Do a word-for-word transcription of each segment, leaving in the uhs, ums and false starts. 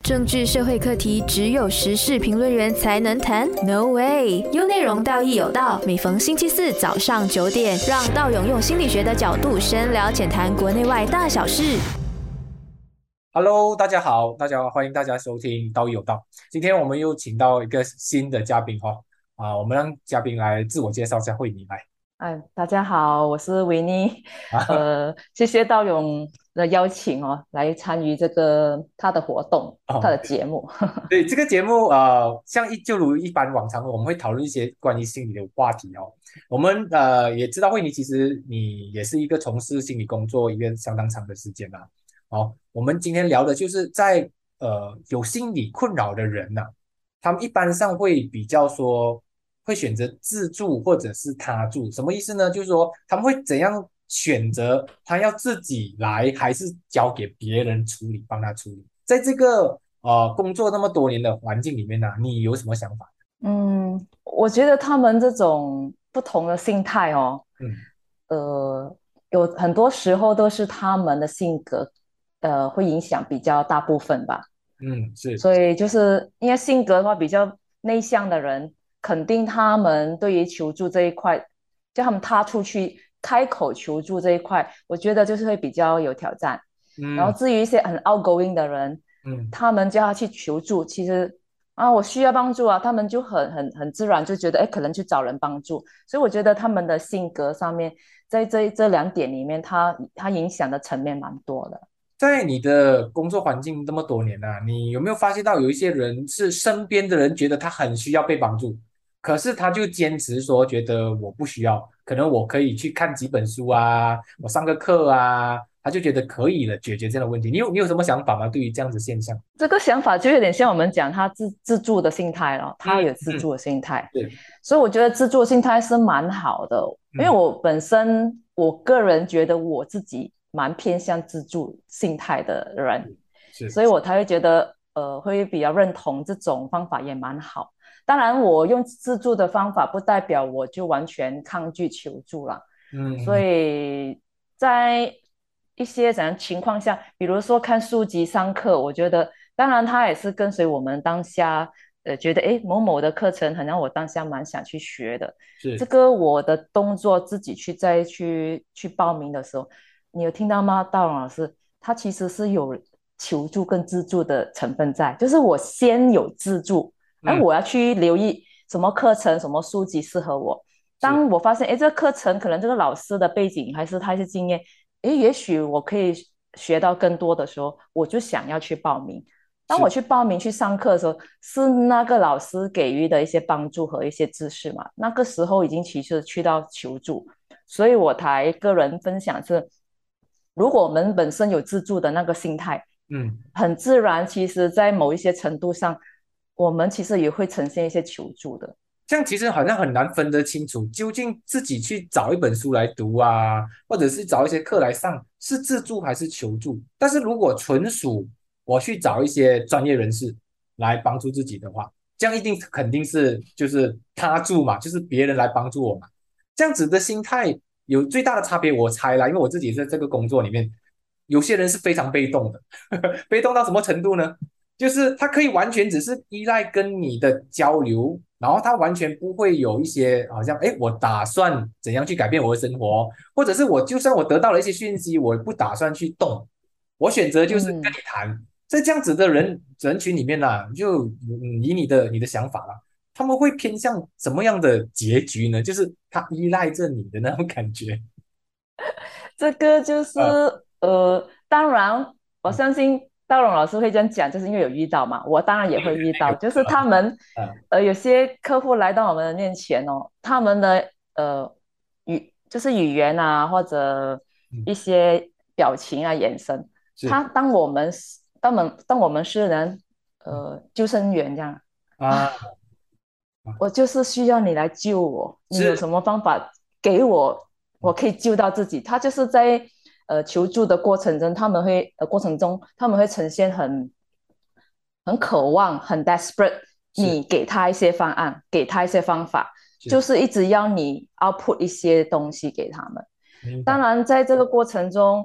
政治社会课题只有时事评论员才能谈 ？No way！ 有内容，道义有道。每逢星期四早上九点，让道勇用心理学的角度深聊浅谈国内外大小事。 Hello，大家好，大家好，欢迎大家收听道义有道。今天我们又请到一个新的嘉宾哈、哦，啊，我们让嘉宾来自我介绍一下，慧妮来。 哎，大家好，我是维尼， 啊， 呃，谢谢道勇的邀请哦，来参与这个他的活动，他哦， 的节目。 对，这个节目呃，像一就如一般往常，我们会讨论一些关于心理的话题哦。我们呃也知道慧妮其实你也是一个从事心理工作一个相当长的时间啦。好，我们今天聊的就是在呃有心理困扰的人呐、他们一般上会比较说会选择自助或者是他助，什么意思呢？就是说他们会怎样选择，他要自己来还是交给别人处理，帮他处理？在这个呃工作那么多年的环境里面呢、你有什么想法？ 嗯，我觉得他们这种不同的心态哦， 嗯呃，有很多时候都是他们的性格，呃，会影响比较大部分吧。 嗯，是所以就是因为性格的话，比较内向的人，肯定他们对于求助这一块，叫他们踏出去开口求助这一块，我觉得就是会比较有挑战。然后嗯至于一些很 outgoing 的人， 嗯他们叫他去求助，其实啊，我需要帮助啊，他们就很很很自然就觉得，哎，可能去找人帮助。所以我觉得他们的性格上面，在这这两点里面，他他影响的层面蛮多的。 在你的工作环境这么多年啊，你有没有发现到有一些人是身边的人觉得他很需要被帮助，可是他就坚持说觉得我不需要，可能我可以去看几本书啊，我上个课啊，他就觉得可以了，解决这样的问题。你有你有什么想法吗？对于这样子现象？ 这个想法就有点像我们讲他自自助的心态了，他嗯有自嗯， 助的心态， 对， 所以我觉得自助的心态是蛮好的，因为嗯我本身我个人觉得我自己蛮偏向自助心态的人， 是是， 所以我才会觉得呃会比较认同这种方法也蛮好。当然，我用自助的方法不代表我就完全抗拒求助了，所嗯以在一些怎样情况下，比如说看书籍上课，我觉得当然他也是跟随我们当下，呃，觉得诶某某的课程很让我当下蛮想去学的，这是， 个我的动作自己去再去去报名的时候，你有听到吗？大荣老师，他其实是有求助跟自助的成分在，就是我先有自助，然后嗯我要去留意什么课程、什么书籍适合我。 是当我发现，哎，这个课程可能这个老师的背景还是他一些经验，诶，也许我可以学到更多的时候，我就想要去报名。当我是。 去报名去上课的时候，是那个老师给予的一些帮助和一些知识嘛。那个时候已经其实去到求助，所以我才个人分享是，如果我们本身有自助的那个心态， 嗯， 很自然，其实在某一些程度上，我们其实也会呈现一些求助的。 这样其实好像很难分得清楚，究竟自己去找一本书来读啊，或者是找一些课来上，是自助还是求助？但是如果纯属我去找一些专业人士来帮助自己的话，这样一定肯定是就是他助嘛，就是别人来帮助我嘛。这样子的心态有最大的差别，我猜啦，因为我自己在这个工作里面，有些人是非常被动的，被动到什么程度呢？就是他可以完全只是依赖跟你的交流，然后他完全不会有一些好像，哎，我打算怎样去改变我的生活，或者是我就算我得到了一些讯息，我不打算去动，我选择就是跟嗯， 你谈。在这样子的人人群里面呢、啊就嗯以你的你的想法啦，他们会偏向什么样的结局呢？就是他依赖着你的那种感觉。 这个就是呃， 呃，当然，我相信道荣老师会这样讲，就是因为有遇到嘛，我当然也会遇到，就是他们呃， 呃有些客户来到我们的面前哦，他们的呃语就是语言啊，或者嗯， 一些表情啊、眼神， 是他当我们当我们当我们是人嗯呃救生员这样啊， 啊， 我就是需要你来救我，你有是什么方法给我，我可以救到自己。他就是在呃求助的过程中，他们会呃过程中他们会呈现很很渴望、很 desperate， 是你给他一些方案，给他一些方法，就是， 是一直要你 output 一些东西给他们。 明白， 当然，在这个过程中，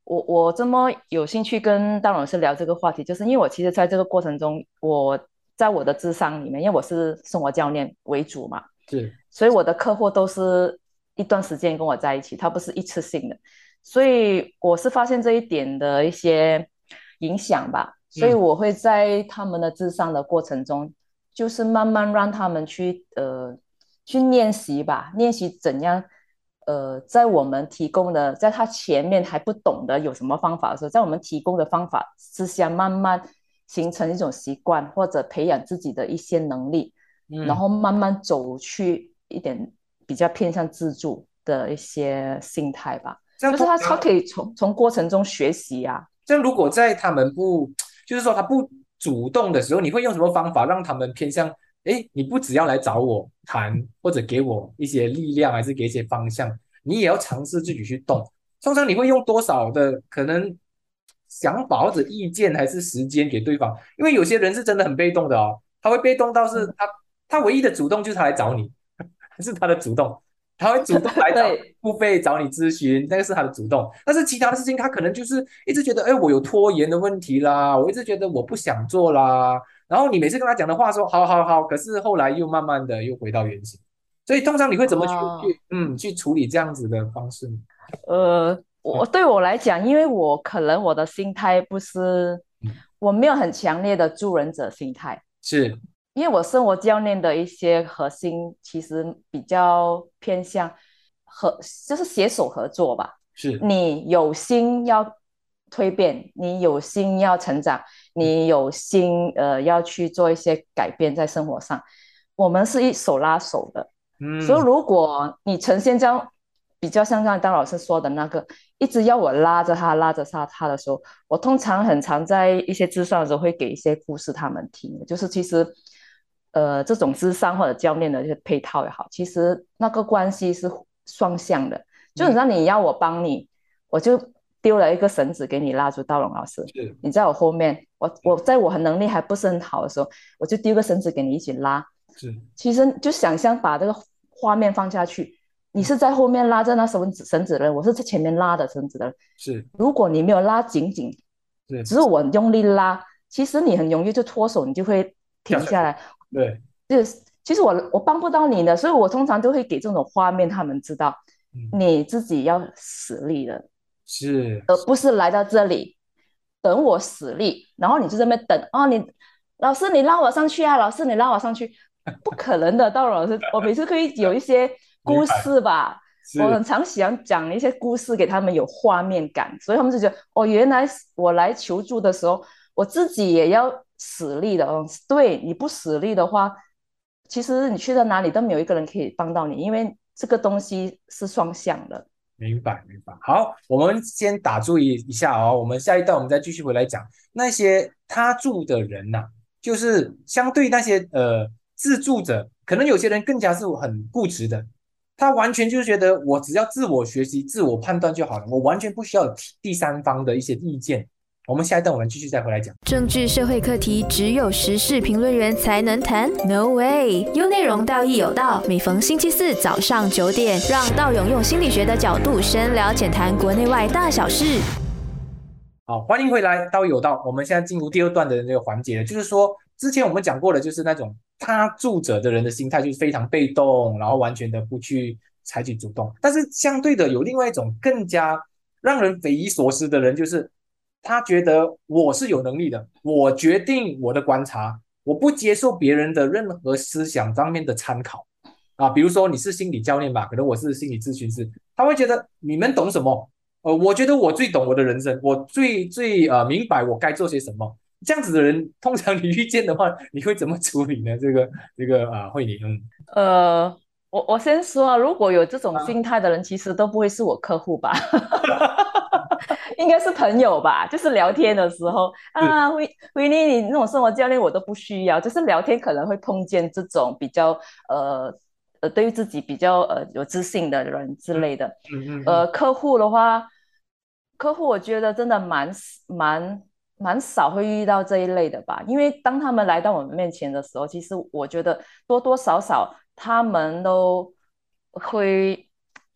我我这么有兴趣跟大老师聊这个话题，就是因为我其实在这个过程中，我在我的智商里面，因为我是生活教练为主嘛， 是， 所以我的客户都是一段时间跟我在一起，他不是一次性的，所以我是发现这一点的一些影响吧，所以嗯我会在他们的智商的过程中，就是慢慢让他们去呃去练习吧，练习怎样。呃，在我们提供的，在他前面还不懂得有什么方法的时候，在我们提供的方法之下，慢慢形成一种习惯，或者培养自己的一些能力，然嗯， 后慢慢走去一点比较偏向自助的一些心态吧。 这样就是他他通常可以从从过程中学习啊。 这样如果在他们不，就是说他不主动的时候，你会用什么方法让他们偏向？诶，你不只要来找我谈，或者给我一些力量，还是给一些方向，你也要尝试自己去动。通常你会用多少的可能想法或者意见，还是时间给对方？因为有些人是真的很被动的哦，他会被动到是嗯， 他他唯一的主动就是他来找你，是他的主动。他会主动来找你对， 付费找你咨询，那个是他的主动。但是其他的事情，他可能就是一直觉得，哎，我有拖延的问题啦，我一直觉得我不想做啦。然后你每次跟他讲的话说好好好，可是后来又慢慢的又回到原形。所以通常你会怎么去啊， 去嗯去处理这样子的方式呢？ 呃， 嗯我对我来讲，因为我可能我的心态不是， 嗯， 我没有很强烈的助人者心态。 是因为我生活教练的一些核心其实比较偏向合，就是携手合作吧。 是， 你有心要蜕变，你有心要成长，你有心呃要去做一些改变在生活上，我们是一手拉手的。所以嗯如果你呈现这样比较像刚才张老师说的那个，一直要我拉着他拉着他他的时候，我通常很常在一些智商的时候会给一些故事他们听，就是其实，呃，这种智商或者教练的一些配套也好，其实那个关系是双向的，就嗯是让你要我帮你，我就丢了一个绳子给你拉住道龙老师， 是你在我后面，我我在我很能力还不是很好的时候，我就丢个绳子给你一起拉， 是， 其实就想象把这个画面放下去，你嗯是在后面拉着那绳子绳子的人，我是在前面拉的绳子的人。 是如果你没有拉紧紧， 是只有我用力拉，其实你很容易就脱手，你就会掉下去， 停下来。 对， 就是其实我我帮不到你的，所以我通常都会给这种画面，他们知道嗯你自己要使力的， 是而不是来到这里等我使力，然后你就在那边等哦，你老师你拉我上去啊，老师你拉我上去，不可能的。到老师，我每次可以有一些故明白， 事吧，我是很常喜欢讲一些故事给他们有画面感，所以他们就觉得哦，原来我来求助的时候，我自己也要使力的。嗯，对，你不使力的话，其实你去到哪里都没有一个人可以帮到你，因为这个东西是双向的。 明白明白。好，我们先打住一一下哦，我们下一段我们再继续回来讲那些他助的人呐、就是相对那些呃自助者，可能有些人更加是很固执的，他完全就是觉得我只要自我学习、自我判断就好了，我完全不需要有第三方的一些意见。我们下一段我们继续再回来讲。 政治社会课题只有时事评论员才能谈？No way！优内容道义有道，每逢星期四早上九点，让道勇用心理学的角度深聊浅谈国内外大小事。 好，欢迎回来，道有道。我们现在进入第二段的那个环节了，就是说，之前我们讲过的，就是那种他助者的人的心态，就是非常被动，然后完全的不去采取主动。但是相对的，有另外一种更加让人匪夷所思的人，就是他觉得我是有能力的，我决定我的观察，我不接受别人的任何思想方面的参考啊。比如说你是心理教练吧，可能我是心理咨询师，他会觉得你们懂什么？呃，我觉得我最懂我的人生，我最最呃明白我该做些什么。这样子的人，通常你遇见的话，你会怎么处理呢？这个这个啊，慧妮，嗯呃，我我先说啊，如果有这种啊， 心态的人，其实都不会是我客户吧，应该是朋友吧。就是聊天的时候是啊，维维尼，你那种生活教练我都不需要，就是聊天可能会碰见这种比较呃呃对于自己比较呃有自信的人之嗯类的。 嗯嗯嗯， 呃，客户的话，客户我觉得真的蛮蛮蛮少会遇到这一类的吧，因为当他们来到我们面前的时候，其实我觉得多多少少他们都会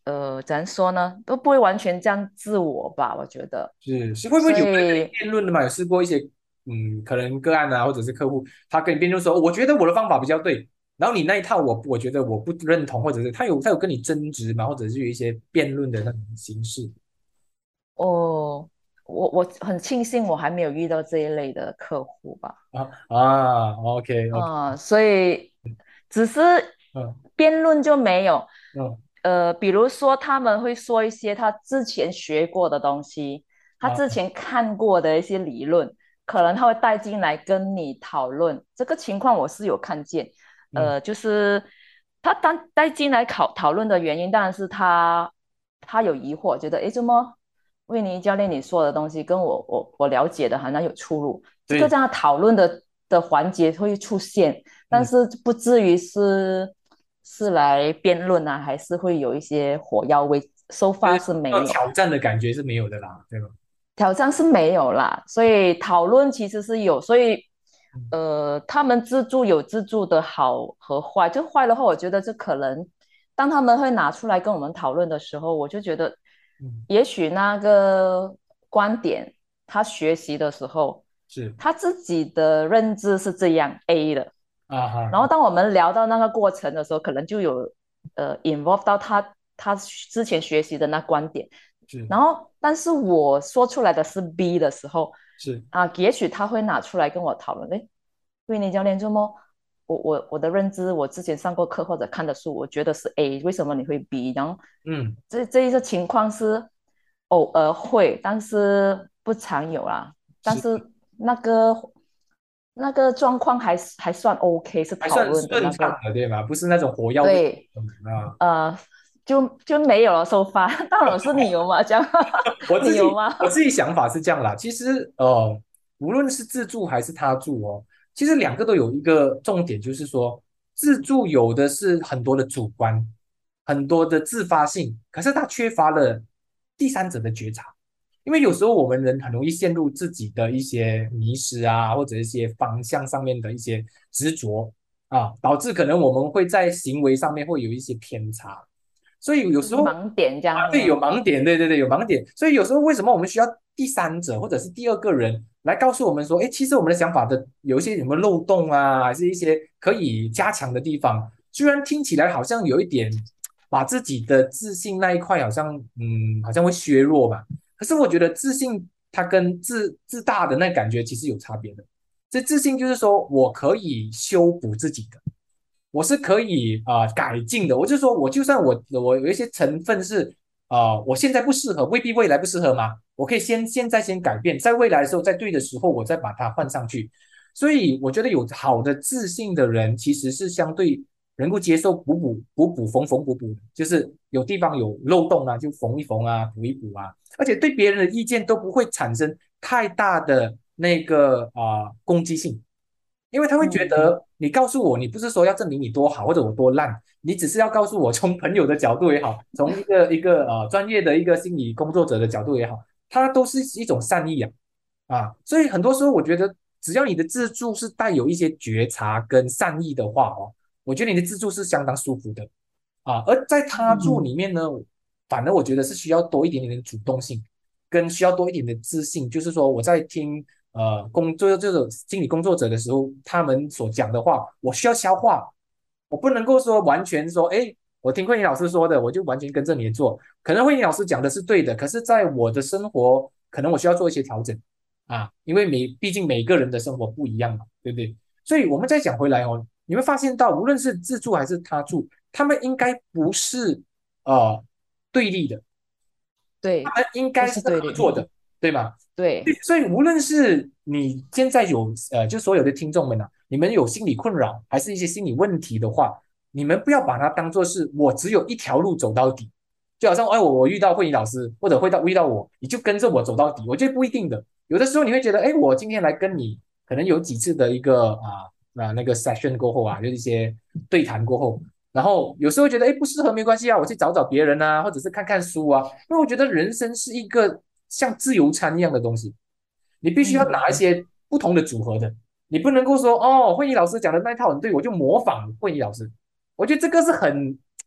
呃，怎样说呢，都不会完全这样自我吧，我觉得。 是是，会不会所有人跟你以辩论的嘛？有试过一些嗯，可能个案啊，或者是客户，他跟你辩论说，我觉得我的方法比较对，然后你那一套我我觉得我不认同，或者是他有他有跟你争执嘛，或者是有一些辩论的那种形式哦，我我很庆幸我还没有遇到这一类的客户吧。 啊啊，OK OK， 啊、所以只是嗯辩论就没有。 嗯呃，比如说他们会说一些他之前学过的东西，他之啊前看过的一些理论，可能他会带进来跟你讨论。这个情况我是有看见。 嗯呃，就是他当带进来讨讨论的原因，当然是他他有疑惑，觉得诶，怎么维尼教练你说的东西跟我我我了解的好像有出入。这个对， 这样讨论的的环节会出现，但嗯， 是不至于是是来辩论啊，还是会有一些火药味。So 就 far 是是没有， 要挑战的感觉是没有的啦，对吧？ 挑战是没有啦，所以讨论其实是有，所以嗯呃，他们自助有自助的好和坏，就坏的话，我觉得这可能当他们会拿出来跟我们讨论的时候，我就觉得嗯， 也许那个观点他学习的时候， 是他自己的认知是这样 A 的， 啊哈， 然后当我们聊到那个过程的时候，可能就有呃 involve 到他他之前学习的那观点。 是然后，但是我说出来的是 B 的时候， 是啊，也许他会拿出来跟我讨论。诶，维尼教练，这么我我我的认知，我之前上过课或者看的书，我觉得是 A，为什么你会 B？然后嗯这这一个情况是偶尔会，但是不常有啦。但是， 是那个那个状况还还算 OK，是讨还算论的那个。 顺畅的，对吗？不是那种火药味对， 啊。 呃，就就没有了收发。当然是你有吗？这样我自己你有吗？ 我自己想法是这样啦，其实呃，无论是自助还是他助哦，其实两个都有一个重点，就是说自助有的是很多的主观，很多的自发性，可是它缺乏了第三者的觉察。因为有时候我们人很容易陷入自己的一些迷失啊，或者一些方向上面的一些执着啊，导致可能我们会在行为上面会有一些偏差。所以有时候盲点这啊，对，有样是吗？ 盲点，对对对，有盲点。所以有时候为什么我们需要第三者或者是第二个人来告诉我们说，哎，其实我们的想法的有一些什么漏洞啊，还是一些可以加强的地方。虽然听起来好像有一点把自己的自信那一块好像嗯好像会削弱吧，可是我觉得自信它跟自自大的那感觉其实有差别的。这自信就是说我可以修补自己的。我是可以啊、呃改进的。我就说，我就算我我有一些成分是啊、呃我现在不适合，未必未来不适合嘛。我可以先现在先改变，在未来的时候，在对的时候，我再把它换上去。所以我觉得有好的自信的人，其实是相对能够接受补补补补缝缝补补的，就是有地方有漏洞啊，就缝一缝啊，补一补啊，而且对别人的意见都不会产生太大的那个啊、呃攻击性。因为他会觉嗯得你告诉我，你不是说要证明你多好或者我多烂，你只是要告诉我，从朋友的角度也好，从一个一个呃专业的一个心理工作者的角度也好，它都是一种善意啊啊，所以很多时候我觉得，只要你的自助是带有一些觉察跟善意的话哦，我觉得你的自助是相当舒服的啊。而在他助里嗯面呢，反而我觉得是需要多一点点的主动性，跟需要多一点的自信，就是说我在听。呃，工作这种心理工作者的时候，他们所讲的话，我需要消化，我不能够说完全说，哎，我听慧颖老师说的，我就完全跟着你做。可能慧颖老师讲的是对的，可是在我的生活，可能我需要做一些调整啊，因为每毕竟每个人的生活不一样嘛，对不对？所以我们再讲回来哦，你会发现到，无论是自助还是他助，他们应该不是呃对立的，他对， 们应不该是是对立， 合作的，对吗？ 对， 所以无论是你现在有呃，就所有的听众们啊，你们有心理困扰，还是一些心理问题的话，你们不要把它当做是我只有一条路走到底，就好像哎，我我遇到慧颖老师，或者会到遇到我，你就跟着我走到底，我觉得不一定的。有的时候你会觉得，哎，我今天来跟你，可能有几次的一个啊啊那个 session 过后啊，就是一些对谈过后，然后有时候觉得，哎，不适合没关系啊，我去找找别人啊，或者是看看书啊，因为我觉得人生是一个像自由餐一样的东西。你必须要拿一嗯些不同的组合的，你不能够说哦，慧仪老师讲的那一套很对，我就模仿慧仪老师。我觉得这个是很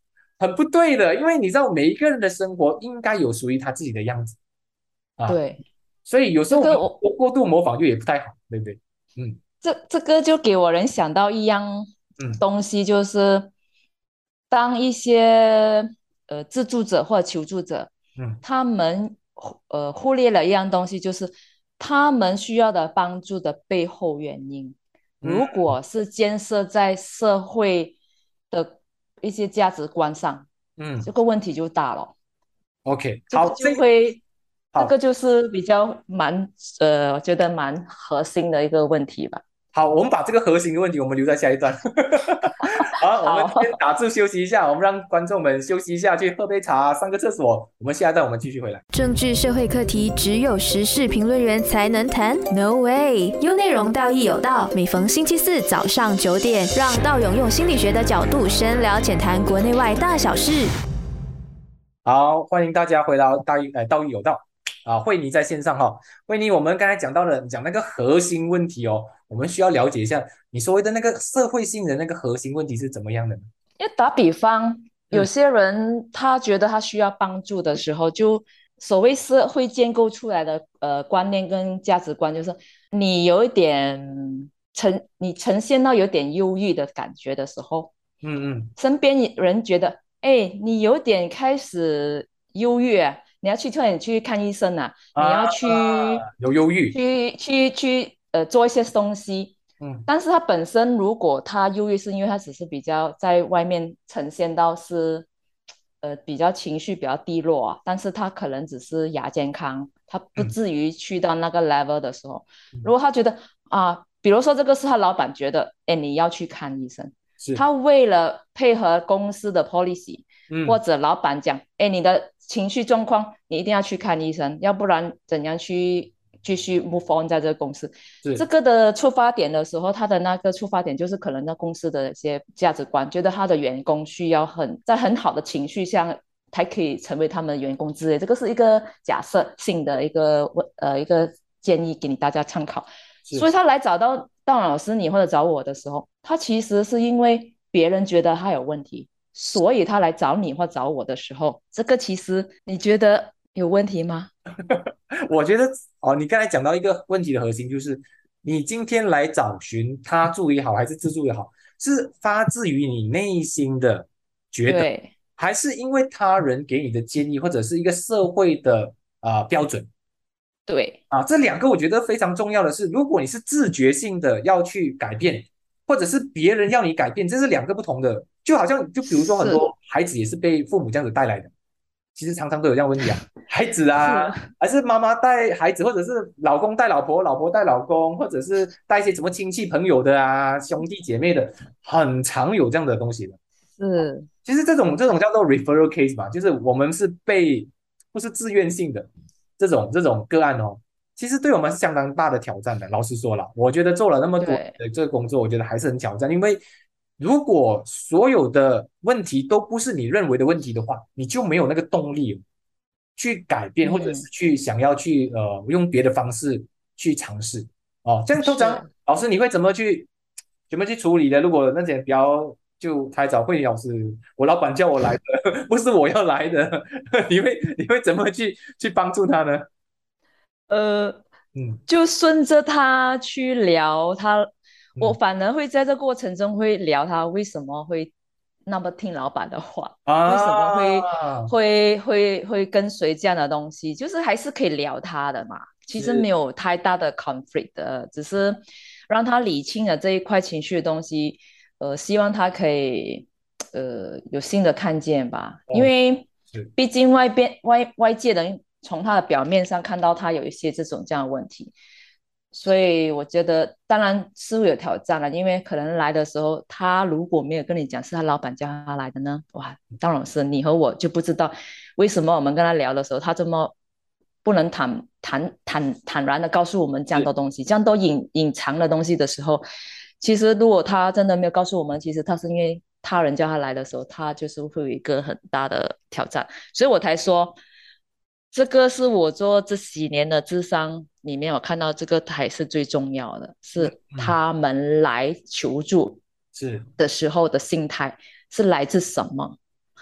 很不对的，因为你知道每一个人的生活应该有属于他自己的样子啊， 对， 所以有时候我们这个我过过度模仿就也不太好，对不对？嗯这这个就给我人想到一样嗯东西，就是当一些呃自助者或者求助者， 嗯他们呃忽略了一样东西，就是他们需要的帮助的背后原因。如嗯果是建设在社会的一些价值观上，这嗯个问题就大了。 ，OK，好， 这个就这会，这个好。 就是比较蛮呃，我觉得蛮核心的一个问题吧。 好，我们把这个核心的问题我们留在下一段。好，我们先好。 打住休息一下，我们让观众们休息一下，去喝杯茶，上个厕所。我们下一段我们继续回来。 政治社会课题只有时事评论员才能谈？No way！有内容，道义有道。每逢星期四早上九点，让道勇用心理学的角度深聊浅谈国内外大小事。 好，欢迎大家回到道义呃道义有道啊，慧妮在线上哈、哦。慧妮，我们刚才讲到了讲那个核心问题哦，我们需要了解一下你所谓的那个社会性的那个核心问题是怎么样的呢？ 因为打比方，有嗯些人他觉得他需要帮助的时候，就所谓社会建构出来的呃观念跟价值观，就是你有一点呈你呈现到有点忧郁的感觉的时候， 嗯嗯身边人觉得，哎，你有点开始忧郁啊，你要去特你去看医生啊，你啊， 要去有忧郁， 去去去呃做一些东西。 嗯但是他本身如果他忧郁，是因为他只是比较在外面呈现到是呃比较情绪比较低落啊，但是他可能只是亚健康，他不嗯至于去到那个 level 的时候，如嗯， 果他觉得啊，比如说这个是他老板觉得，哎，你要去看医生。 是， 他为了配合公司的 policy，或嗯者老板讲，哎，你的情绪状况你一定要去看医生，要不然怎样去继续 move on 在这个公司？这是， 个的出发点的时候，他的那个出发点就是可能那公司的一些价值观，觉得他的员工需要很在很好的情绪下才可以成为他们的员工之类。这个是一个假设性的一个呃一个建议给你大家参考。所是。 以他来找到到老师你或者找我的时候，他其实是因为别人觉得他有问题，所以他来找你或找我的时候，这个其实你觉得有问题吗？ 我觉得哦，你刚才讲到一个问题的核心，就是你今天来找寻他助也好，还是自助也好，是发自于你内心的觉得， 对还是因为他人给你的建议，或者是一个社会的啊、呃标准对啊？这两个我觉得非常重要的是，如果你是自觉性的要去改变，或者是别人要你改变，这是两个不同的。就好像就比如说很是多孩子也是被父母这样子带来的。其实常常都有这样的问题啊，孩子啊， 是还是妈妈带孩子，或者是老公带老婆，老婆带老公，或者是带一些什么亲戚朋友的啊，兄弟姐妹的，很常有这样的东西的。 是其实这种这种叫做 referral case 嘛，就是我们是被不是自愿性的这种这种个案哦，其实对我们是相当大的挑战的。老实说了，我觉得做了那么多对的这个工作，我觉得还是很挑战，因为如果所有的问题都不是你认为的问题的话，你就没有那个动力去改变，或者是嗯去想要去呃用别的方式去尝试哦。这样通常是老师你会怎么去怎么去处理的？如果那些比较就开早会老师，我老板叫我来的，不是我要来的，你会你会怎么去去帮助他呢？ 呃， 嗯就顺着他去聊他，我嗯反而会在这过程中会聊他为什么会那么听老板的话，为什么会啊， 会会会跟随这样的东西，就是还是可以聊他的嘛。其实没是有太大的 conflict 的，只是让他理清了这一块情绪的东西，呃，希望他可以呃有新的看见吧，因哦为是毕竟外边外外界人从他的表面上看到他有一些这种这样的问题，所以我觉得当然是会有挑战了，因为可能来的时候他如果没有跟你讲是他老板叫他来的呢，哇，当然是你和我就不知道为什么我们跟他聊的时候他这么不能坦坦坦坦然的告诉我们这样多是东西，这样多隐隐藏的东西的时候，其实如果他真的没有告诉我们，其实他是因为他人叫他来的时候，他就是会有一个很大的挑战，所以我才说，这个是我做这几年的智商里面，我看到这个才是最重要的，是嗯他们来求助是的时候的心态是来自什么。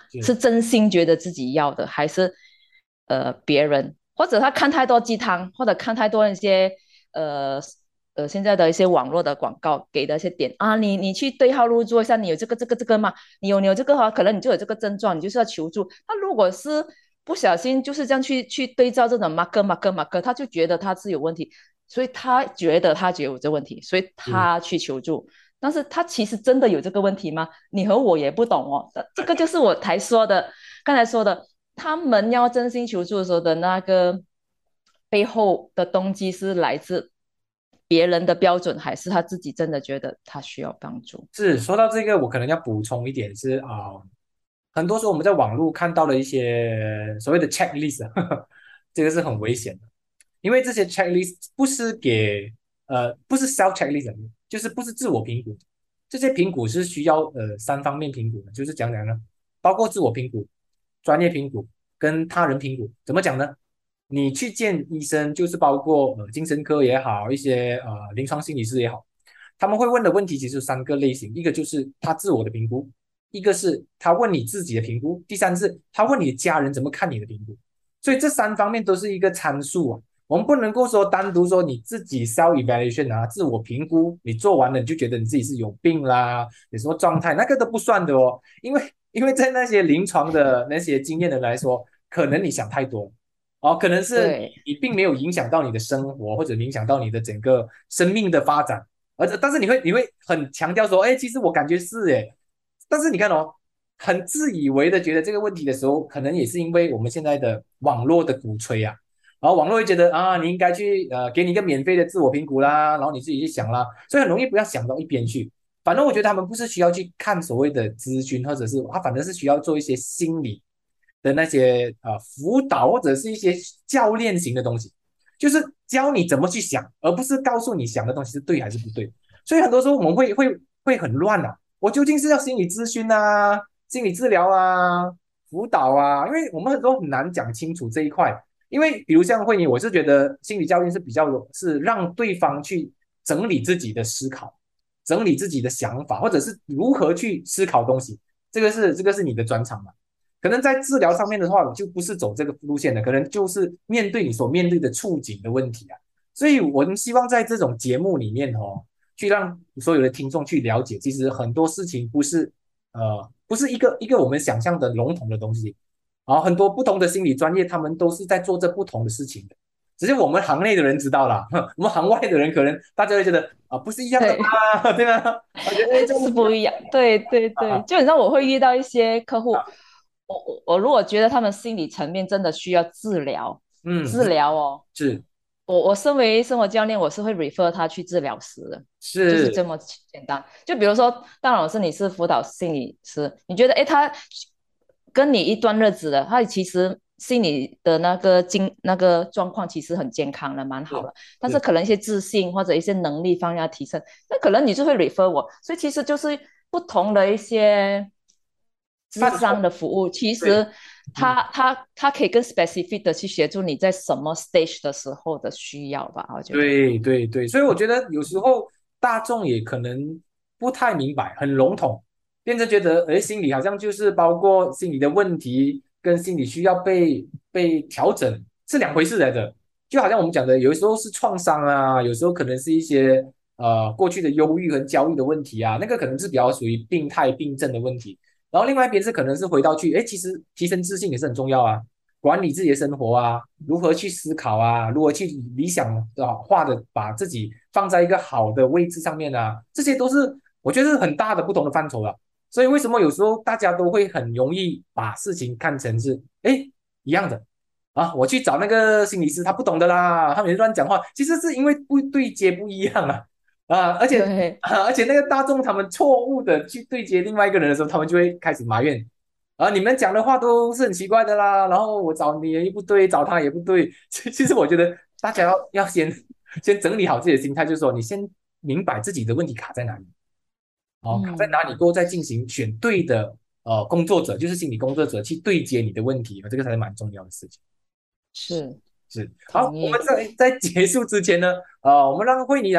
是真心觉得自己要的，还是呃别人，或者他看太多鸡汤，或者看太多一些呃呃现在的一些网络的广告给的一些点啊，你你去对号入座一下，你有这个这个这个吗？你有你有这个哈，可能你就有这个症状，你就是要求助。他如果是不小心就是这样去去对照这种 marker marker marker，他就觉得他是有问题，所以他觉得他觉得有这问题，所以他去求助。但是他其实真的有这个问题吗？你和我也不懂哦。这个就是我才说的，刚才说的，他们要真心求助的时候的那个背后的动机是来自别人的标准，还是他自己真的觉得他需要帮助？ 是说到这个，我可能要补充一点是啊、呃很多时候我们在网络看到了一些所谓的 checklist，呵呵这个是很危险的，因为这些 checklist 不是给呃不是 self checklist，就是不是自我评估，这些评估是需要呃三方面评估的，就是讲讲呢，包括自我评估、专业评估跟他人评估。怎么讲呢？你去见医生，就是包括呃精神科也好，一些呃临床心理师也好，他们会问的问题其实有三个类型，一个就是他自我的评估，一个是他问你自己的评估，第三是他问你的家人怎么看你的评估。所以这三方面都是一个参数啊，我们不能够说单独说你自己 self evaluation 啊，自我评估，你做完了你就觉得你自己是有病啦，有什么状态，那个都不算的哦，因为因为在那些临床的那些经验的人来说，可能你想太多哦，可能是对你你并没有影响到你的生活，或者影响到你的整个生命的发展，而但是你会你会很强调说，哎，其实我感觉是哎，但是你看哦，很自以为的觉得这个问题的时候，可能也是因为我们现在的网络的鼓吹啊，然后网络会觉得啊，你应该去呃给你一个免费的自我评估啦，然后你自己去想啦，所以很容易不要想到一边去。反正我觉得他们不是需要去看所谓的咨询，或者是他反正是需要做一些心理的那些呃辅导或者是一些教练型的东西，就是教你怎么去想，而不是告诉你想的东西是对还是不对。所以很多时候我们会会会很乱啊，我究竟是要心理咨询啊、心理治疗啊、辅导啊？因为我们很多很难讲清楚这一块。因为比如像慧妮，我是觉得心理教练是比较是让对方去整理自己的思考，整理自己的想法，或者是如何去思考东西。这个是这个是你的专长嘛？可能在治疗上面的话，就不是走这个路线的，可能就是面对你所面对的处境的问题啊。所以我们希望在这种节目里面哦，去让所有的听众去了解，其实很多事情不是呃不是一个一个我们想象的笼统的东西，然后很多不同的心理专业，他们都是在做这不同的事情的，只是我们行内的人知道啦，我们行外的人可能大家会觉得啊不是一样的对， 吗？对吗？我觉得哎这是不一样不一样。对对对， 啊就很像我会遇到一些客户， 啊， 我我我如果觉得他们心理层面真的需要治疗，治嗯， 疗哦， 是我我身为生活教练，我是会 refer 他去治疗师的，就是是， 这么简单。就比如说，当然我是你是辅导心理师，你觉得诶，他跟你一段日子了，他其实心理的那个经那个状况其实很健康了，蛮好是了，但是是， 可能一些自信或者一些能力方面要提升，那可能你就会 refer 我，所以其实就是不同的一些智商范畴， 的服务，其对， 实嗯。 它它它可以更 specific 的去协助你在什么 stage 的时候的需要吧，我觉得。 对对对，所以我觉得有时候大众也可能不太明白，很笼统，变成觉得，哎，心理好像就是包括心理的问题跟心理需要被被调整是两回事来的。就好像我们讲的，有时候是创伤啊，有时候可能是一些呃过去的忧郁和焦虑的问题啊，那个可能是比较属于病态病症的问题。然后另外一边是可能是回到去，哎，其实提升自信也是很重要啊。管理自己的生活啊，如何去思考啊，如何去理想化的把自己放在一个好的位置上面啊，这些都是我觉得是很大的不同的范畴了。所以为什么有时候大家都会很容易把事情看成是哎一样的啊？我去找那个心理师，他不懂的啦，他每次乱讲话，其实是因为不对接不一样啊啊，而且对啊，而且那个大众他们错误的去对接另外一个人的时候，他们就会开始埋怨啊，你们讲的话都是很奇怪的啦，然后我找你也不对，找他也不对。其其实我觉得大家要要先先整理好自己的心态，就是说你先明白自己的问题卡在哪里，哦，卡在哪嗯， 里过后再进行选对的呃工作者，就是心理工作者去对接你的问题，这个才是蛮重要的事情。 是是，好，我们同意。 在在结束之前呢，呃，我们让慧妮来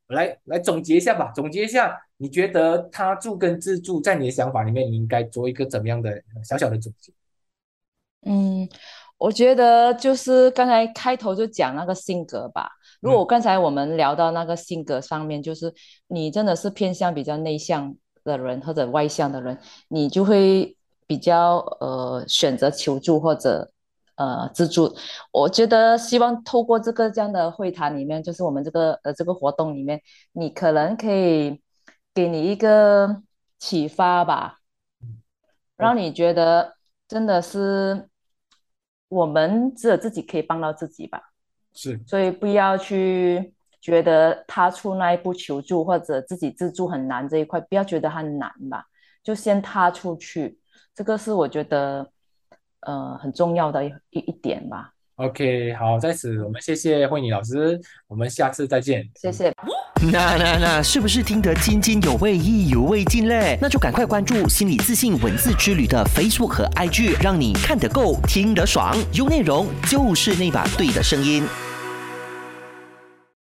来来总结一下吧，总结一下，你觉得他助跟自助在你的想法里面，你应该做一个怎么样的小小的总结？ 嗯，我觉得就是刚才开头就讲那个性格吧。如嗯果刚才我们聊到那个性格上面，就是你真的是偏向比较内向的人或者外向的人，你就会比较呃选择求助或者呃自助。我觉得希望透过这个这样的会谈里面，就是我们这个呃这个活动里面，你可能可以给你一个启发吧。 ，OK， 让你觉得真的是我们只有自己可以帮到自己吧， 是。 所以不要去觉得踏出那一步求助或者自己自助很难这一块，不要觉得它难吧，就先踏出去，这个是我觉得呃很重要的一一一点吧。 OK，好，在此我们谢谢慧妮老师，我们下次再见。 谢谢。 那那那，是不是听得津津有味、意犹未尽嘞？那就赶快关注心理自信文字之旅的 Facebook 和 I G，让你看得够、听得爽，有内容就是那把对的声音。